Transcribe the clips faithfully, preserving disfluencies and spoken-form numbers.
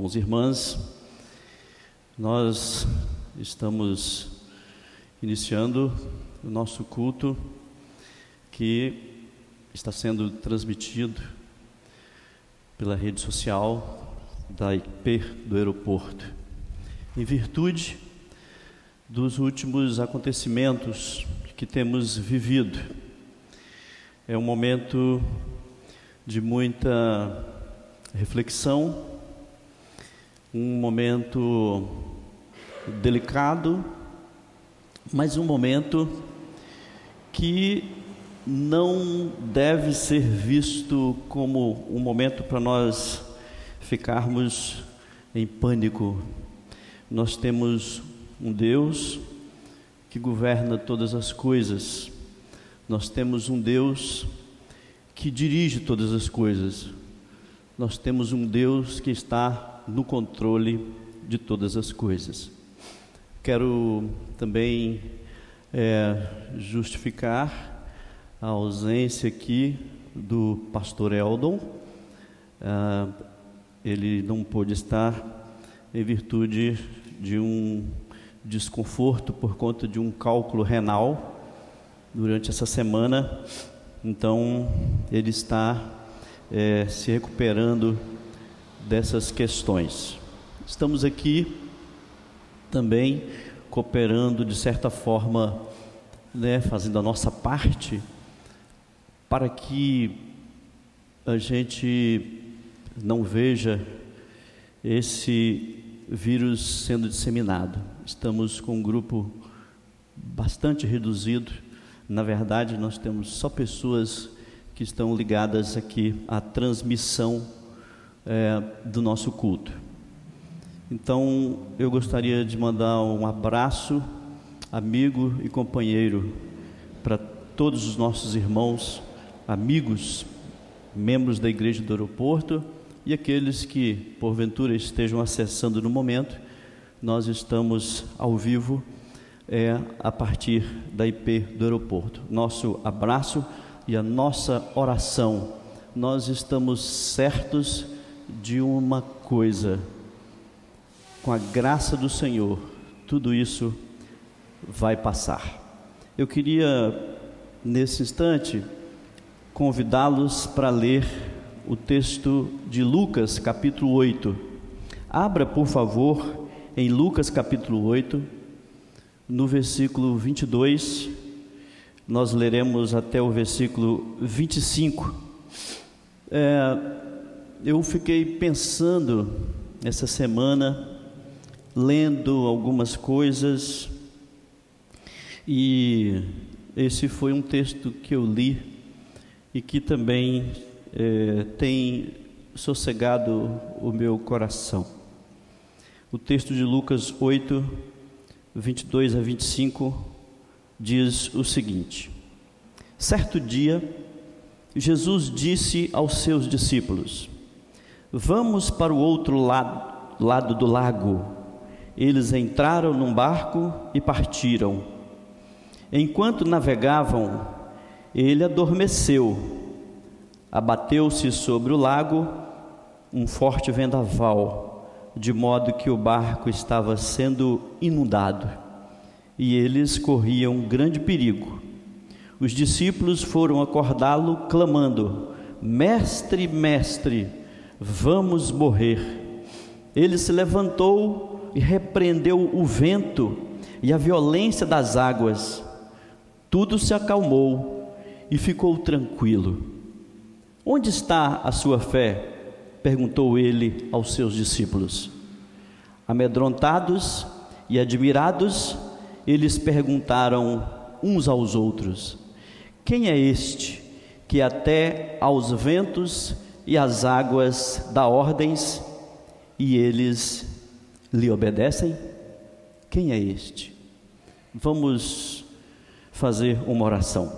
irmãos e irmãs, nós estamos iniciando o nosso culto que está sendo transmitido pela rede social da I P do aeroporto, em virtude dos últimos acontecimentos que temos vivido. É um momento de muita reflexão, um momento delicado, mas um momento que não deve ser visto como um momento para nós ficarmos em pânico. Nós temos um Deus que governa todas as coisas. Nós temos um Deus que dirige todas as coisas. Nós temos um Deus que está no controle de todas as coisas. Quero também é, justificar a ausência aqui do pastor Eldon. Ah, ele não pôde estar em virtude de um desconforto por conta de um cálculo renal durante essa semana. Então ele está é, se recuperando dessas questões. Estamos aqui também cooperando de certa forma, né, fazendo a nossa parte para que a gente não veja esse vírus sendo disseminado. Estamos com um grupo bastante reduzido. Na verdade, nós temos só pessoas que estão ligadas aqui à transmissão é, do nosso culto. Então, eu gostaria de mandar um abraço, amigo e companheiro, para todos os nossos irmãos, amigos, membros da Igreja do Aeroporto e aqueles que, porventura, estejam acessando no momento. Nós estamos ao vivo é, a partir da I P do aeroporto. Nosso abraço e a nossa oração. Nós estamos certos de uma coisa: com a graça do Senhor, tudo isso vai passar. Eu queria, nesse instante, convidá-los para ler o texto de Lucas, capítulo oito. Abra, por favor, em Lucas, capítulo oito, no versículo vinte e dois, nós leremos até o versículo vinte e cinco. É, eu fiquei pensando essa semana, lendo algumas coisas, e esse foi um texto que eu li e que também é, tem sossegado o meu coração. O texto de Lucas oito, vinte e dois a vinte e cinco diz o seguinte: certo dia, Jesus disse aos seus discípulos: vamos para o outro lado, lado do lago. Eles entraram num barco e partiram. Enquanto navegavam, ele adormeceu. Abateu-se sobre o lago um forte vendaval, de modo que o barco estava sendo inundado, e eles corriam grande perigo. Os discípulos foram acordá-lo, clamando: mestre, mestre, vamos morrer. Ele se levantou e repreendeu o vento e a violência das águas. Tudo se acalmou e ficou tranquilo. Onde está a sua fé? Perguntou ele aos seus discípulos. Amedrontados e admirados, eles perguntaram uns aos outros: quem é este que até aos ventos e às águas dá ordens e eles lhe obedecem? Quem é este? Vamos fazer uma oração.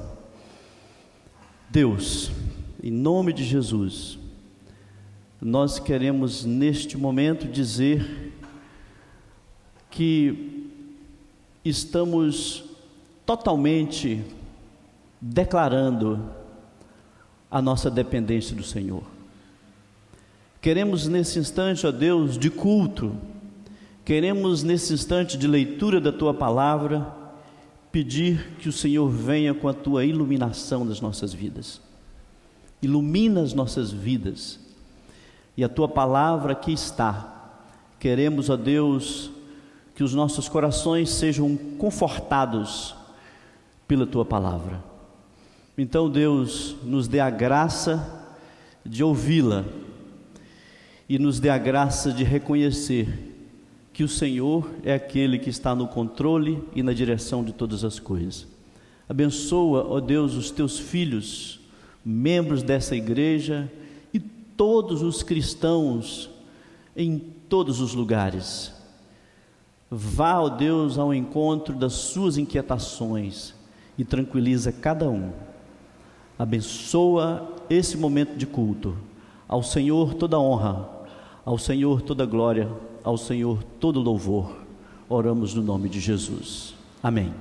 Deus, em nome de Jesus, nós queremos neste momento dizer que estamos totalmente declarando a nossa dependência do Senhor. Queremos nesse instante, ó Deus, de culto, queremos nesse instante de leitura da Tua Palavra, pedir que o Senhor venha com a Tua iluminação das nossas vidas. Ilumina as nossas vidas, e a Tua Palavra aqui está. Queremos, ó Deus, que os nossos corações sejam confortados pela Tua Palavra. Então, Deus, nos dê a graça de ouvi-la e nos dê a graça de reconhecer que o Senhor é aquele que está no controle e na direção de todas as coisas. Abençoa, ó Deus, os Teus filhos, membros dessa igreja e todos os cristãos em todos os lugares. Vá, ó Deus, ao encontro das suas inquietações e tranquiliza cada um. Abençoa esse momento de culto. Ao Senhor toda honra, ao Senhor toda glória, ao Senhor todo louvor. Oramos no nome de Jesus. Amém.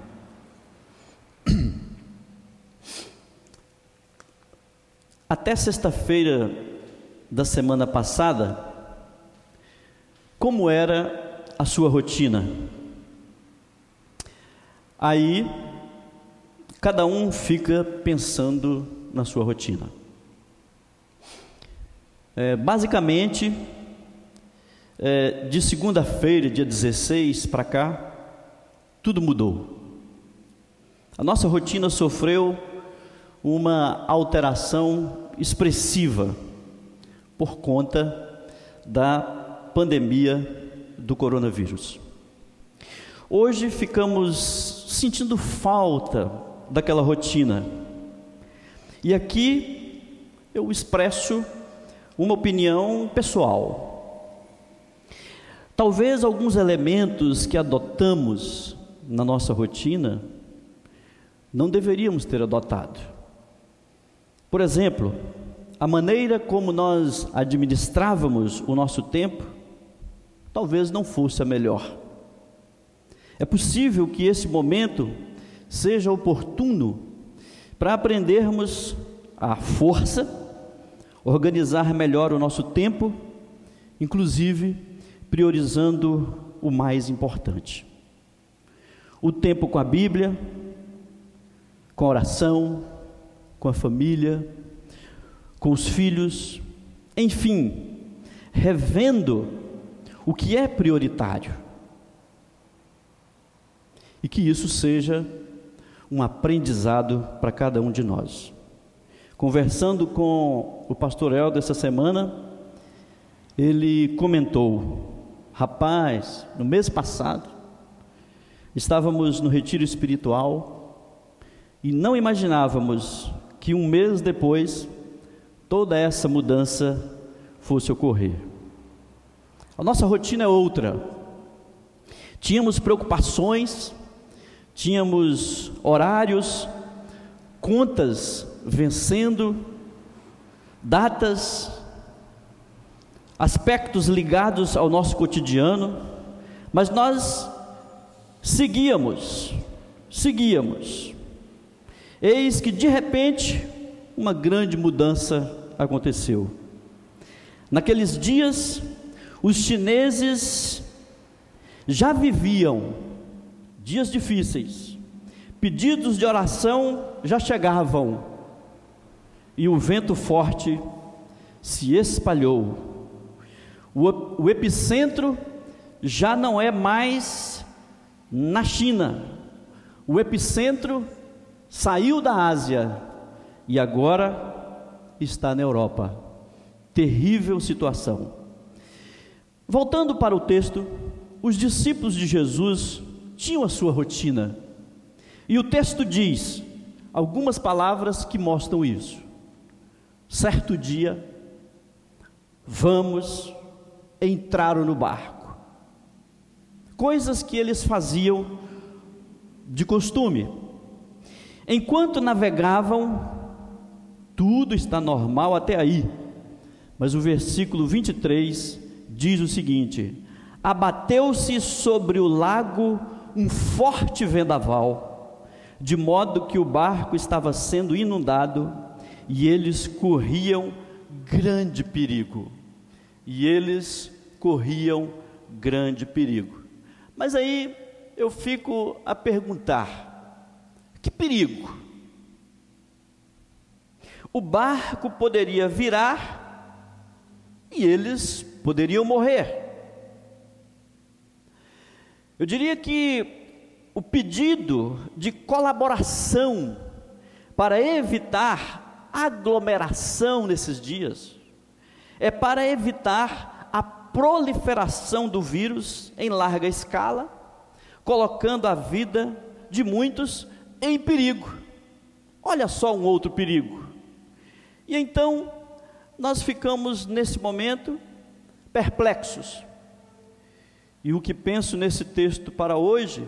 Até sexta-feira da semana passada, como era a sua rotina? Aí, cada um fica pensando na sua rotina. É, basicamente, é, de segunda-feira, dia dezesseis para cá, tudo mudou. A nossa rotina sofreu uma alteração expressiva por conta da pandemia do coronavírus. Hoje ficamos sentindo falta daquela rotina. E aqui eu expresso uma opinião pessoal. Talvez alguns elementos que adotamos na nossa rotina não deveríamos ter adotado. Por exemplo, a maneira como nós administrávamos o nosso tempo talvez não fosse a melhor. É possível que esse momento seja oportuno para aprendermos à força, organizar melhor o nosso tempo, inclusive priorizando o mais importante. O tempo com a Bíblia, com a oração, com a família, com os filhos, enfim, revendo o que é prioritário. E que isso seja um aprendizado para cada um de nós. Conversando com o pastor Helder essa semana, ele comentou: rapaz, no mês passado, estávamos no retiro espiritual e não imaginávamos que um mês depois, toda essa mudança fosse ocorrer. A nossa rotina é outra. Tínhamos preocupações, tínhamos horários, contas vencendo, datas, aspectos ligados ao nosso cotidiano, mas nós seguíamos, seguíamos. Eis que de repente uma grande mudança aconteceu. Naqueles dias, os chineses já viviam dias difíceis, pedidos de oração já chegavam, e o vento forte se espalhou. O, o epicentro já não é mais na China, o epicentro saiu da Ásia e agora está na Europa. Terrível situação. Voltando para o texto, os discípulos de Jesus tinham a sua rotina, e o texto diz algumas palavras que mostram isso. Certo dia, vamos, entraram no barco, coisas que eles faziam de costume. Enquanto navegavam, tudo está normal até aí, mas o versículo vinte e três diz o seguinte: abateu-se sobre o lago um forte vendaval, de modo que o barco estava sendo inundado e eles corriam grande perigo. e eles corriam grande perigo. Mas aí eu fico a perguntar: que perigo? O barco poderia virar e eles poderiam morrer. Eu diria que o pedido de colaboração para evitar aglomeração nesses dias é para evitar a proliferação do vírus em larga escala, colocando a vida de muitos em perigo. Olha só um outro perigo. E então nós ficamos nesse momento perplexos. E o que penso nesse texto para hoje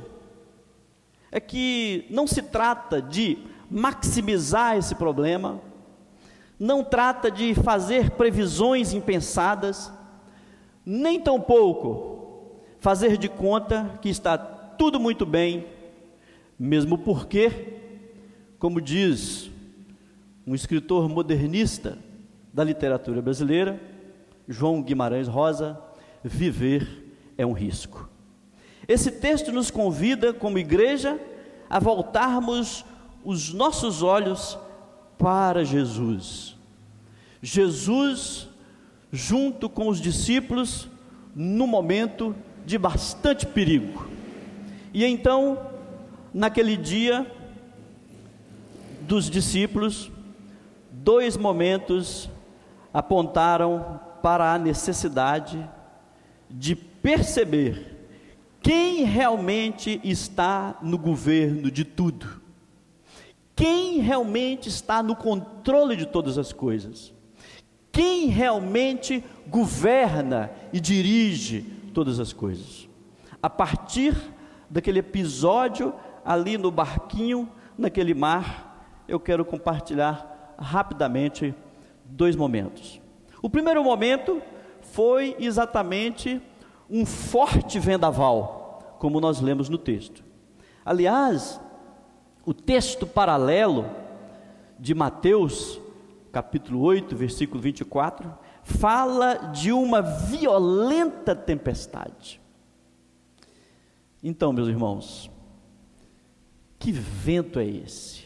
é que não se trata de maximizar esse problema, não trata de fazer previsões impensadas, nem tampouco fazer de conta que está tudo muito bem, mesmo porque, como diz um escritor modernista da literatura brasileira, João Guimarães Rosa, viver é um risco. Esse texto nos convida, como igreja, a voltarmos os nossos olhos para Jesus. Jesus, junto com os discípulos, num momento de bastante perigo. E então, naquele dia dos discípulos, dois momentos apontaram para a necessidade de perceber quem realmente está no governo de tudo, quem realmente está no controle de todas as coisas, quem realmente governa e dirige todas as coisas. A partir daquele episódio ali no barquinho, naquele mar, eu quero compartilhar rapidamente dois momentos. O primeiro momento foi exatamente um forte vendaval, como nós lemos no texto. Aliás, o texto paralelo de Mateus, capítulo oito, versículo vinte e quatro, fala de uma violenta tempestade. Então, meus irmãos, que vento é esse?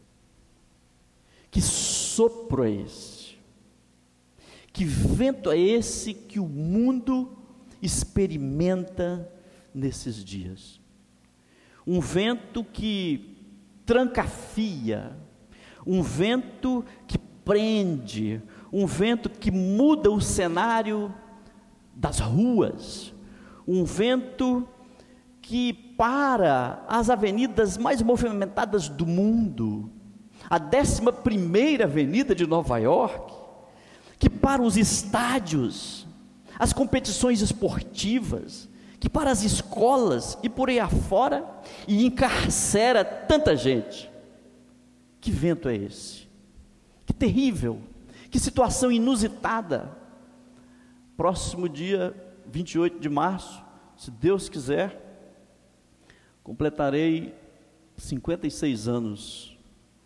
Que sopro é esse? Que vento é esse que o mundo experimenta nesses dias? Um vento que trancafia, um vento que prende, um vento que muda o cenário das ruas, um vento que para as avenidas mais movimentadas do mundo, a décima primeira avenida de Nova York, que para os estádios, as competições esportivas, que para as escolas e por aí afora, e encarcera tanta gente. Que vento é esse? Que terrível, que situação inusitada. Próximo dia vinte e oito de março, se Deus quiser, completarei cinquenta e seis anos,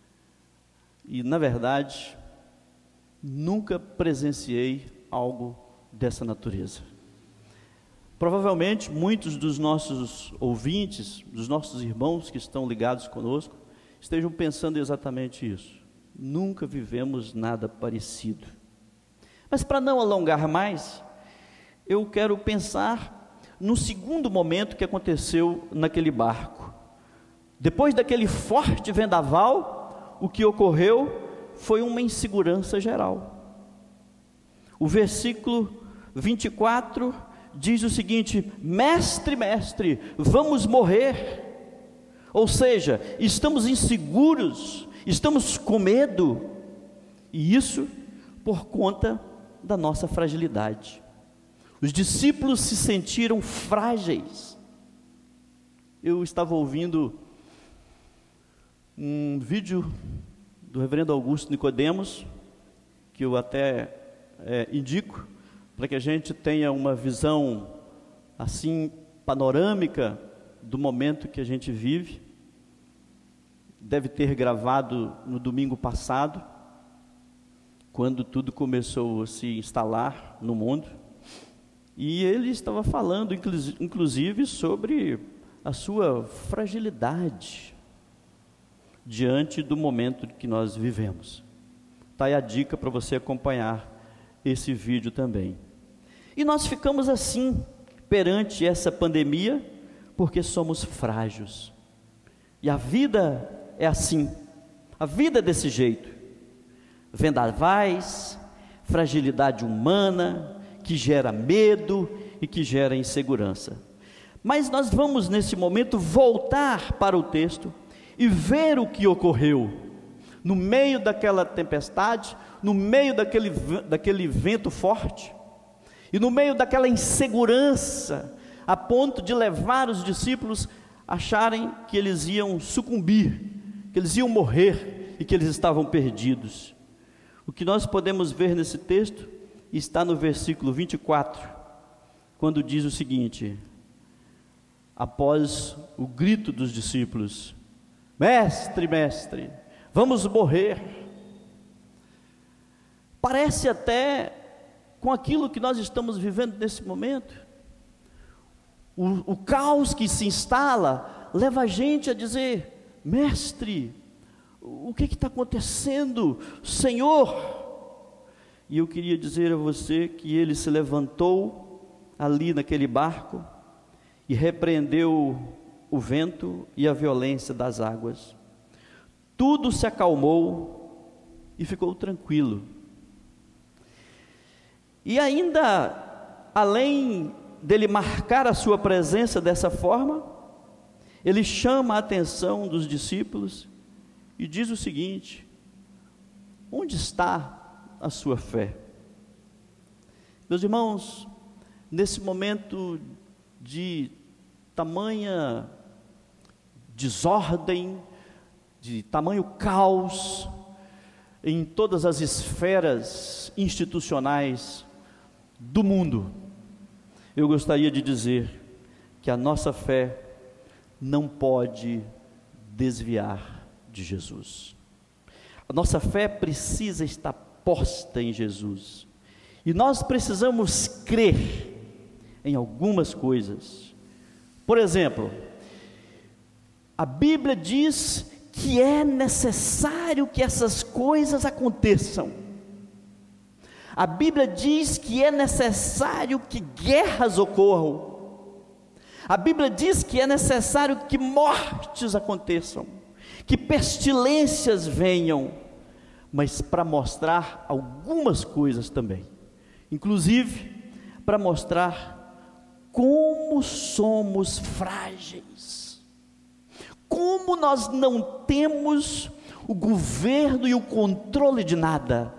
e na verdade, nunca presenciei algo dessa natureza. Provavelmente muitos dos nossos ouvintes, dos nossos irmãos que estão ligados conosco, estejam pensando exatamente isso. Nunca vivemos nada parecido. Mas para não alongar mais, eu quero pensar no segundo momento que aconteceu naquele barco. Depois daquele forte vendaval, o que ocorreu foi uma insegurança geral. O versículo vinte e quatro diz o seguinte: mestre, mestre, vamos morrer. Ou seja, estamos inseguros, estamos com medo, e isso por conta da nossa fragilidade. Os discípulos se sentiram frágeis. Eu estava ouvindo um vídeo do reverendo Augusto Nicodemos, que eu até é, indico, para que a gente tenha uma visão assim panorâmica do momento que a gente vive. Deve ter gravado no domingo passado, quando tudo começou a se instalar no mundo. E ele estava falando, inclusive, sobre a sua fragilidade diante do momento que nós vivemos. Está aí a dica para você acompanhar esse vídeo também. E nós ficamos assim, perante essa pandemia, porque somos frágeis. E a vida é assim, a vida é desse jeito. Vendavais, fragilidade humana, que gera medo e que gera insegurança. Mas nós vamos nesse momento voltar para o texto e ver o que ocorreu no meio daquela tempestade, no meio daquele, daquele vento forte, e no meio daquela insegurança, a ponto de levar os discípulos a acharem que eles iam sucumbir, que eles iam morrer e que eles estavam perdidos. O que nós podemos ver nesse texto está no versículo vinte e quatro, quando diz o seguinte: após o grito dos discípulos: mestre, mestre, vamos morrer. Parece até com aquilo que nós estamos vivendo nesse momento. O, o caos que se instala leva a gente a dizer: mestre, o que está acontecendo, Senhor? E eu queria dizer a você que ele se levantou ali naquele barco e repreendeu o vento e a violência das águas. Tudo se acalmou e ficou tranquilo. E ainda, além dele marcar a sua presença dessa forma, ele chama a atenção dos discípulos e diz o seguinte: onde está a sua fé? Meus irmãos, nesse momento de tamanha desordem, de tamanho caos em todas as esferas institucionais do mundo, eu gostaria de dizer que a nossa fé não pode desviar de Jesus. A nossa fé precisa estar posta em Jesus, e nós precisamos crer em algumas coisas. Por exemplo, a Bíblia diz que é necessário que essas coisas aconteçam. A Bíblia diz que é necessário que guerras ocorram. A Bíblia diz que é necessário que mortes aconteçam, que pestilências venham, mas para mostrar algumas coisas também, inclusive para mostrar como somos frágeis, como nós não temos o governo e o controle de nada,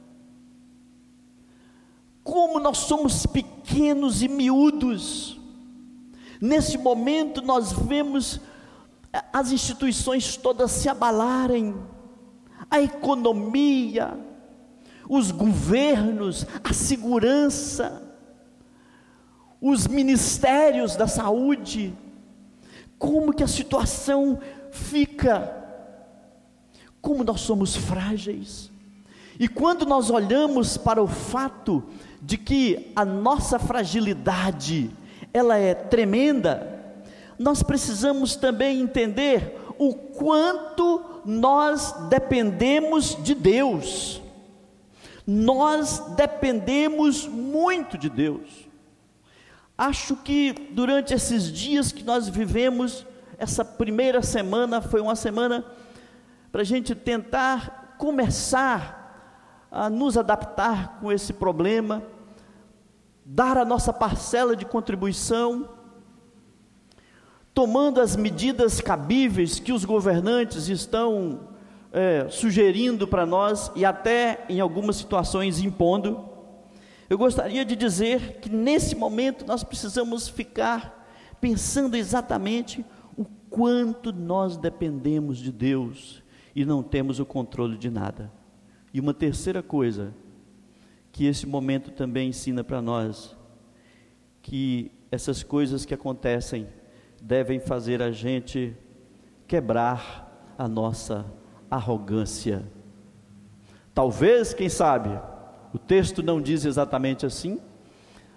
como nós somos pequenos e miúdos. Nesse momento nós vemos as instituições todas se abalarem, a economia, os governos, a segurança, os ministérios da saúde, como que a situação fica, como nós somos frágeis. E quando nós olhamos para o fato de que a nossa fragilidade, ela é tremenda, nós precisamos também entender o quanto nós dependemos de Deus. Nós dependemos muito de Deus. Acho que durante esses dias que nós vivemos, essa primeira semana foi uma semana para a gente tentar começar a nos adaptar com esse problema, dar a nossa parcela de contribuição, tomando as medidas cabíveis que os governantes estão é, sugerindo para nós e até em algumas situações impondo. Eu gostaria de dizer que nesse momento nós precisamos ficar pensando exatamente o quanto nós dependemos de Deus e não temos o controle de nada. E uma terceira coisa que esse momento também ensina para nós, que essas coisas que acontecem devem fazer a gente quebrar a nossa arrogância. Talvez, quem sabe, o texto não diz exatamente assim,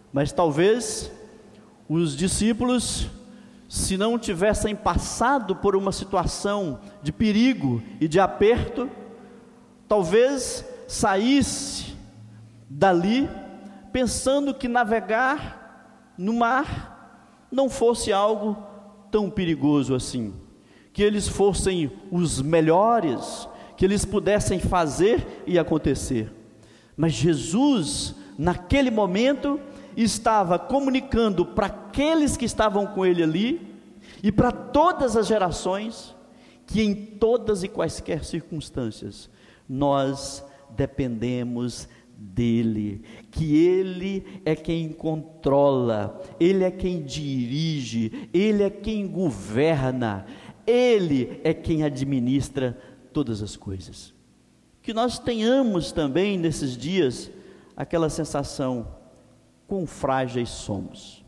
Mas talvez os discípulos, se não tivessem passado por uma situação de perigo e de aperto, talvez saísse dali pensando que navegar no mar não fosse algo tão perigoso assim, que eles fossem os melhores, que eles pudessem fazer e acontecer. Mas Jesus, naquele momento, estava comunicando para aqueles que estavam com ele ali e para todas as gerações, que em todas e quaisquer circunstâncias nós dependemos dele, que ele é quem controla, ele é quem dirige, ele é quem governa, ele é quem administra todas as coisas. Que nós tenhamos também nesses dias aquela sensação: quão frágeis somos,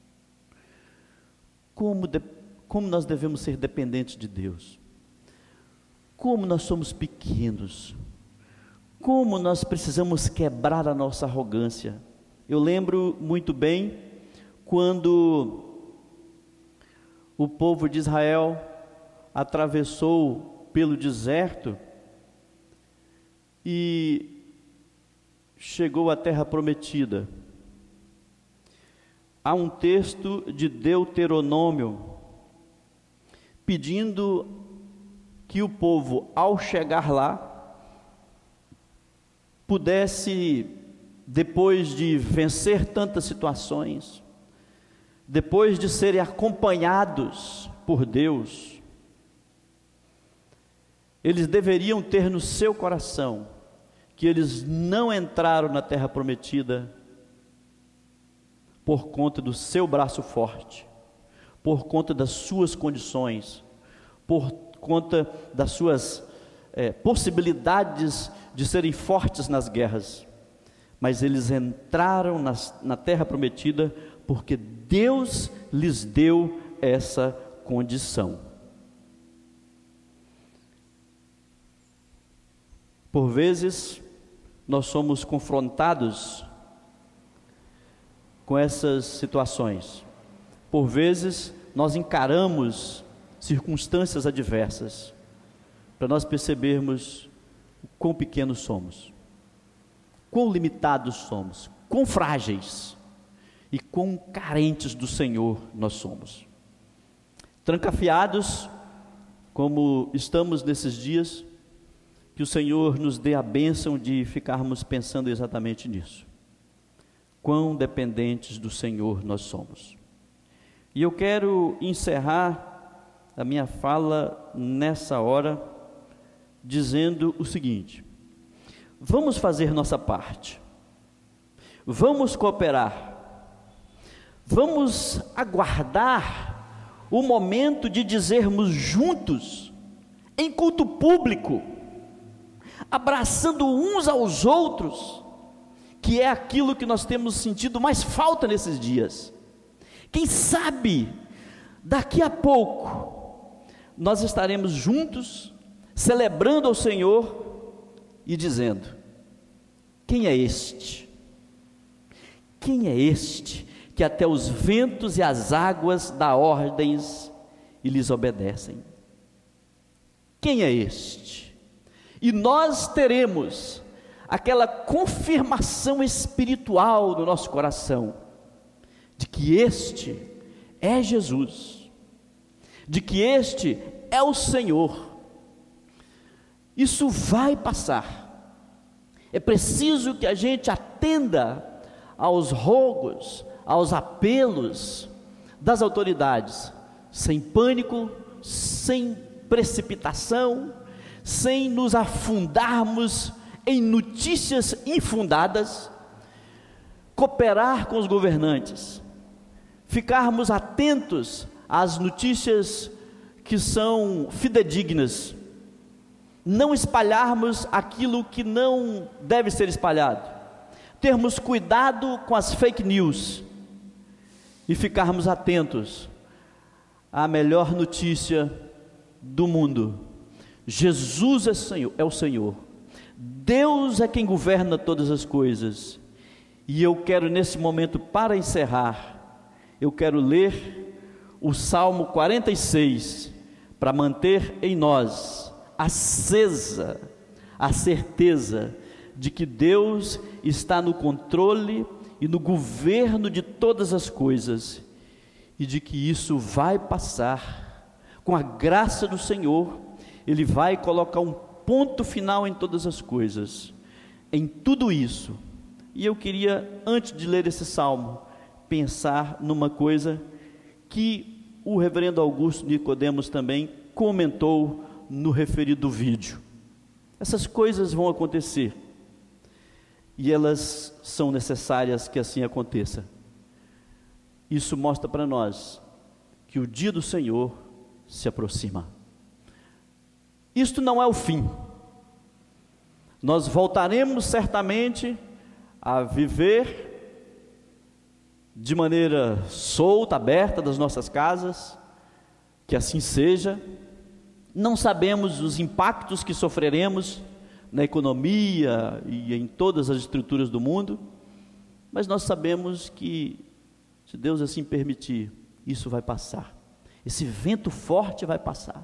como, de, como nós devemos ser dependentes de Deus, como nós somos pequenos, como nós precisamos quebrar a nossa arrogância. Eu lembro muito bem quando o povo de Israel atravessou pelo deserto e chegou à terra prometida. Há um texto de Deuteronômio pedindo que o povo, ao chegar lá, pudesse, depois de vencer tantas situações, depois de serem acompanhados por Deus, eles deveriam ter no seu coração que eles não entraram na terra prometida por conta do seu braço forte, por conta das suas condições, por conta das suas é, possibilidades de serem fortes nas guerras, mas eles entraram nas, na terra prometida porque Deus lhes deu essa condição. Por vezes nós somos confrontados com essas situações, por vezes nós encaramos circunstâncias adversas, para nós percebermos quão pequenos somos, quão limitados somos, quão frágeis e quão carentes do Senhor nós somos. Trancafiados, como estamos nesses dias, que o Senhor nos dê a bênção de ficarmos pensando exatamente nisso. Quão dependentes do Senhor nós somos. E eu quero encerrar a minha fala nessa hora dizendo o seguinte: vamos fazer nossa parte, vamos cooperar, vamos aguardar o momento de dizermos juntos, em culto público, abraçando uns aos outros, que é aquilo que nós temos sentido mais falta nesses dias. Quem sabe, daqui a pouco, nós estaremos juntos, celebrando ao Senhor e dizendo: quem é este? Quem é este que até os ventos e as águas dá ordens e lhes obedecem? Quem é este? E nós teremos aquela confirmação espiritual no nosso coração, de que este é Jesus, de que este é o Senhor. Isso vai passar. É preciso que a gente atenda aos rogos, aos apelos das autoridades, sem pânico, sem precipitação, sem nos afundarmos em notícias infundadas, cooperar com os governantes, ficarmos atentos às notícias que são fidedignas, não espalharmos aquilo que não deve ser espalhado, termos cuidado com as fake news e ficarmos atentos à melhor notícia do mundo: Jesus é Senhor, é o Senhor, Deus é quem governa todas as coisas, E eu quero nesse momento, para encerrar, eu quero ler o Salmo quarenta e seis, para manter em nós acesa a certeza de que Deus está no controle e no governo de todas as coisas, e de que isso vai passar, com a graça do Senhor. Ele vai colocar um ponto final em todas as coisas, em tudo isso. E eu queria, antes de ler esse salmo, pensar numa coisa que o reverendo Augusto Nicodemos também comentou no referido vídeo. Essas coisas vão acontecer, e elas são necessárias que assim aconteça. Isso mostra para nós que o dia do Senhor se aproxima. Isto não é o fim. Nós voltaremos certamente a viver de maneira solta, aberta das nossas casas, que assim seja. Não sabemos os impactos que sofreremos na economia e em todas as estruturas do mundo, mas nós sabemos que, se Deus assim permitir, isso vai passar. Esse vento forte vai passar.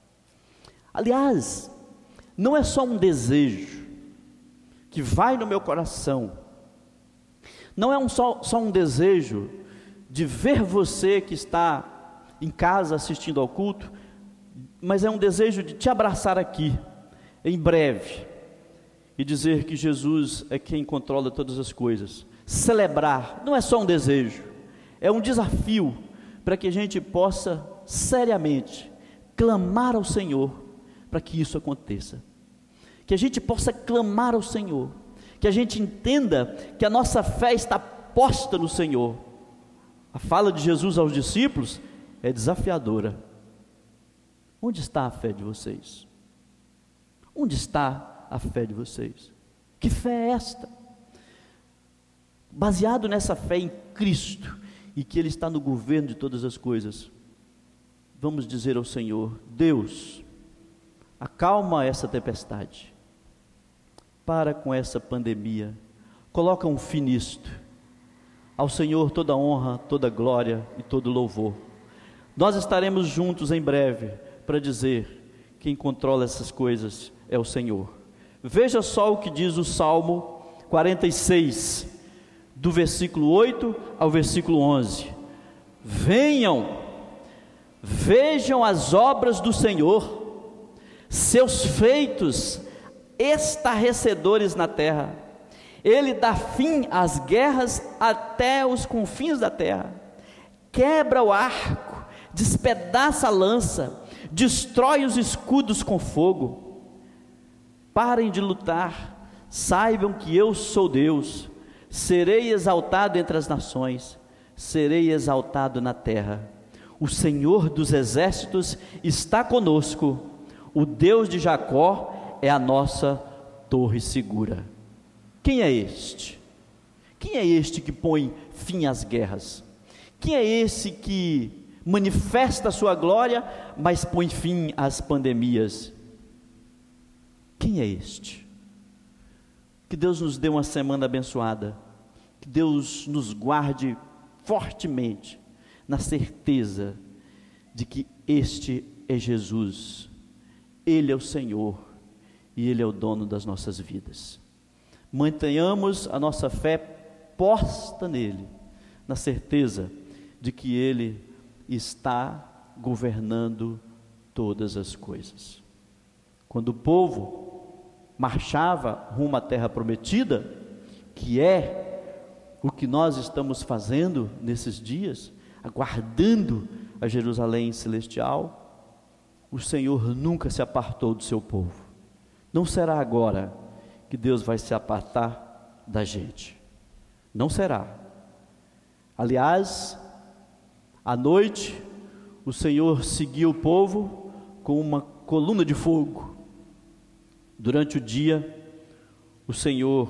Aliás, não é só um desejo que vai no meu coração, não é um só, só um desejo de ver você que está em casa assistindo ao culto, mas é um desejo de te abraçar aqui, em breve, e dizer que Jesus é quem controla todas as coisas. Celebrar não é só um desejo, é um desafio para que a gente possa seriamente clamar ao Senhor para que isso aconteça, que a gente possa clamar ao Senhor, que a gente entenda que a nossa fé está posta no Senhor. A fala de Jesus aos discípulos é desafiadora. Onde está a fé de vocês? Onde está a fé de vocês? Que fé é esta? Baseado nessa fé em Cristo, e que Ele está no governo de todas as coisas, vamos dizer ao Senhor: Deus, acalma essa tempestade, para com essa pandemia, coloca um fim nisto. Ao Senhor toda honra, toda glória e todo louvor. Nós estaremos juntos em breve para dizer: quem controla essas coisas é o Senhor. Veja só o que diz o Salmo quarenta e seis, do versículo oito ao versículo onze. Venham, vejam as obras do Senhor, seus feitos estarrecedores na terra. Ele dá fim às guerras até os confins da terra, quebra o arco, despedaça a lança, destrói os escudos com fogo. Parem de lutar, saibam que eu sou Deus. Serei exaltado entre as nações, serei exaltado na terra. O Senhor dos exércitos está conosco, o Deus de Jacó é a nossa torre segura. Quem é este? Quem é este que põe fim às guerras? Quem é esse que manifesta a sua glória, mas põe fim às pandemias? Quem é este? Que Deus nos dê uma semana abençoada, que Deus nos guarde fortemente na certeza de que este é Jesus, Ele é o Senhor e Ele é o dono das nossas vidas. Mantenhamos a nossa fé posta nele, na certeza de que Ele está governando todas as coisas. Quando o povo marchava rumo à terra prometida, que é o que nós estamos fazendo nesses dias, aguardando a Jerusalém celestial, o Senhor nunca se apartou do seu povo. Não será agora que Deus vai se apartar da gente, não será. Aliás, à noite o Senhor seguia o povo com uma coluna de fogo. Durante o dia, o Senhor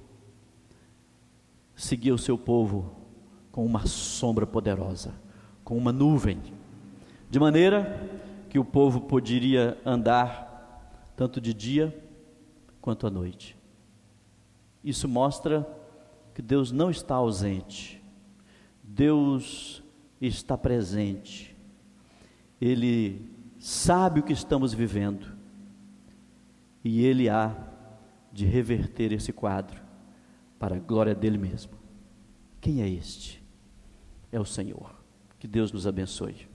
seguia o seu povo com uma sombra poderosa, com uma nuvem, de maneira que o povo poderia andar tanto de dia quanto à noite. Isso mostra que Deus não está ausente, Deus está presente, Ele sabe o que estamos vivendo e Ele há de reverter esse quadro para a glória dele mesmo. Quem é este? É o Senhor. Que Deus nos abençoe.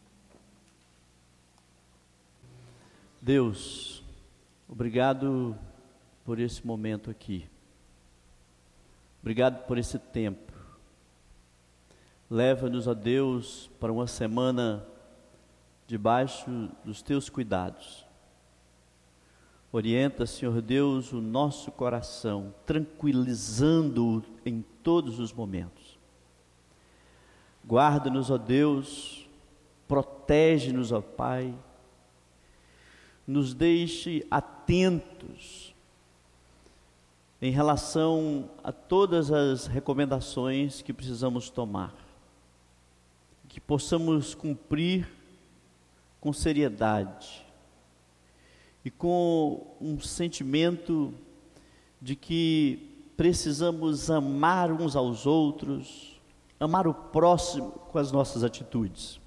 Deus, obrigado por esse momento aqui. Obrigado por esse tempo. Leva-nos, ó Deus, para uma semana debaixo dos teus cuidados. Orienta, Senhor Deus, o nosso coração, tranquilizando-o em todos os momentos. Guarda-nos, ó Deus, protege-nos, ó Pai, nos deixe atentos em relação a todas as recomendações que precisamos tomar, que possamos cumprir com seriedade e com um sentimento de que precisamos amar uns aos outros, amar o próximo com as nossas atitudes.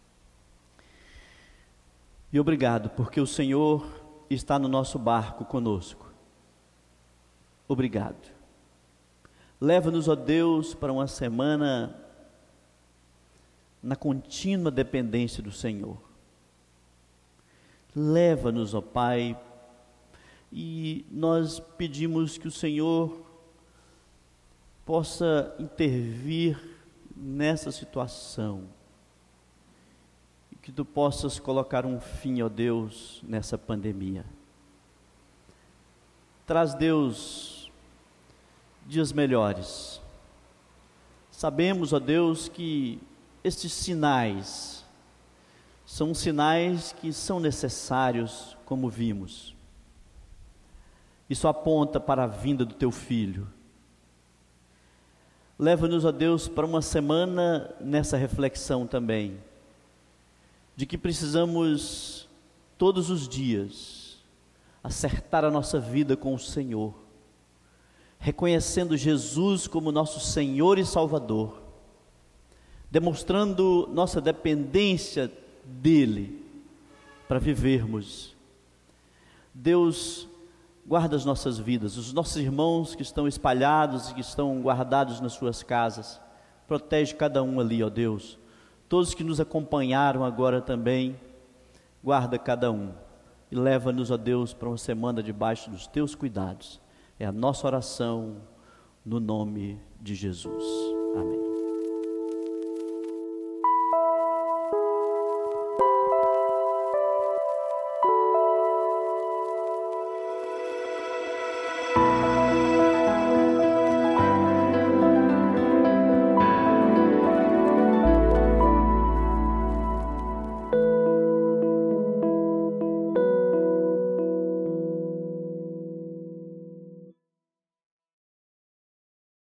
E obrigado, porque o Senhor está no nosso barco conosco. Obrigado. Leva-nos, ó Deus, para uma semana na contínua dependência do Senhor. Leva-nos, ó Pai, e nós pedimos que o Senhor possa intervir nessa situação, e que Tu possas colocar um fim, ó Deus, nessa pandemia. Traz, Deus, dias melhores. Sabemos, ó Deus, que estes sinais são sinais que são necessários, como vimos. Isso aponta para a vinda do Teu Filho. Leva-nos, ó Deus, para uma semana nessa reflexão também, de que precisamos todos os dias acertar a nossa vida com o Senhor, reconhecendo Jesus como nosso Senhor e Salvador, demonstrando nossa dependência dele para vivermos. Deus, guarda as nossas vidas, os nossos irmãos que estão espalhados e que estão guardados nas suas casas, protege cada um ali, ó Deus. Todos que nos acompanharam agora também, guarda cada um e leva-nos, ó Deus, para uma semana debaixo dos teus cuidados. É a nossa oração no nome de Jesus. Amém.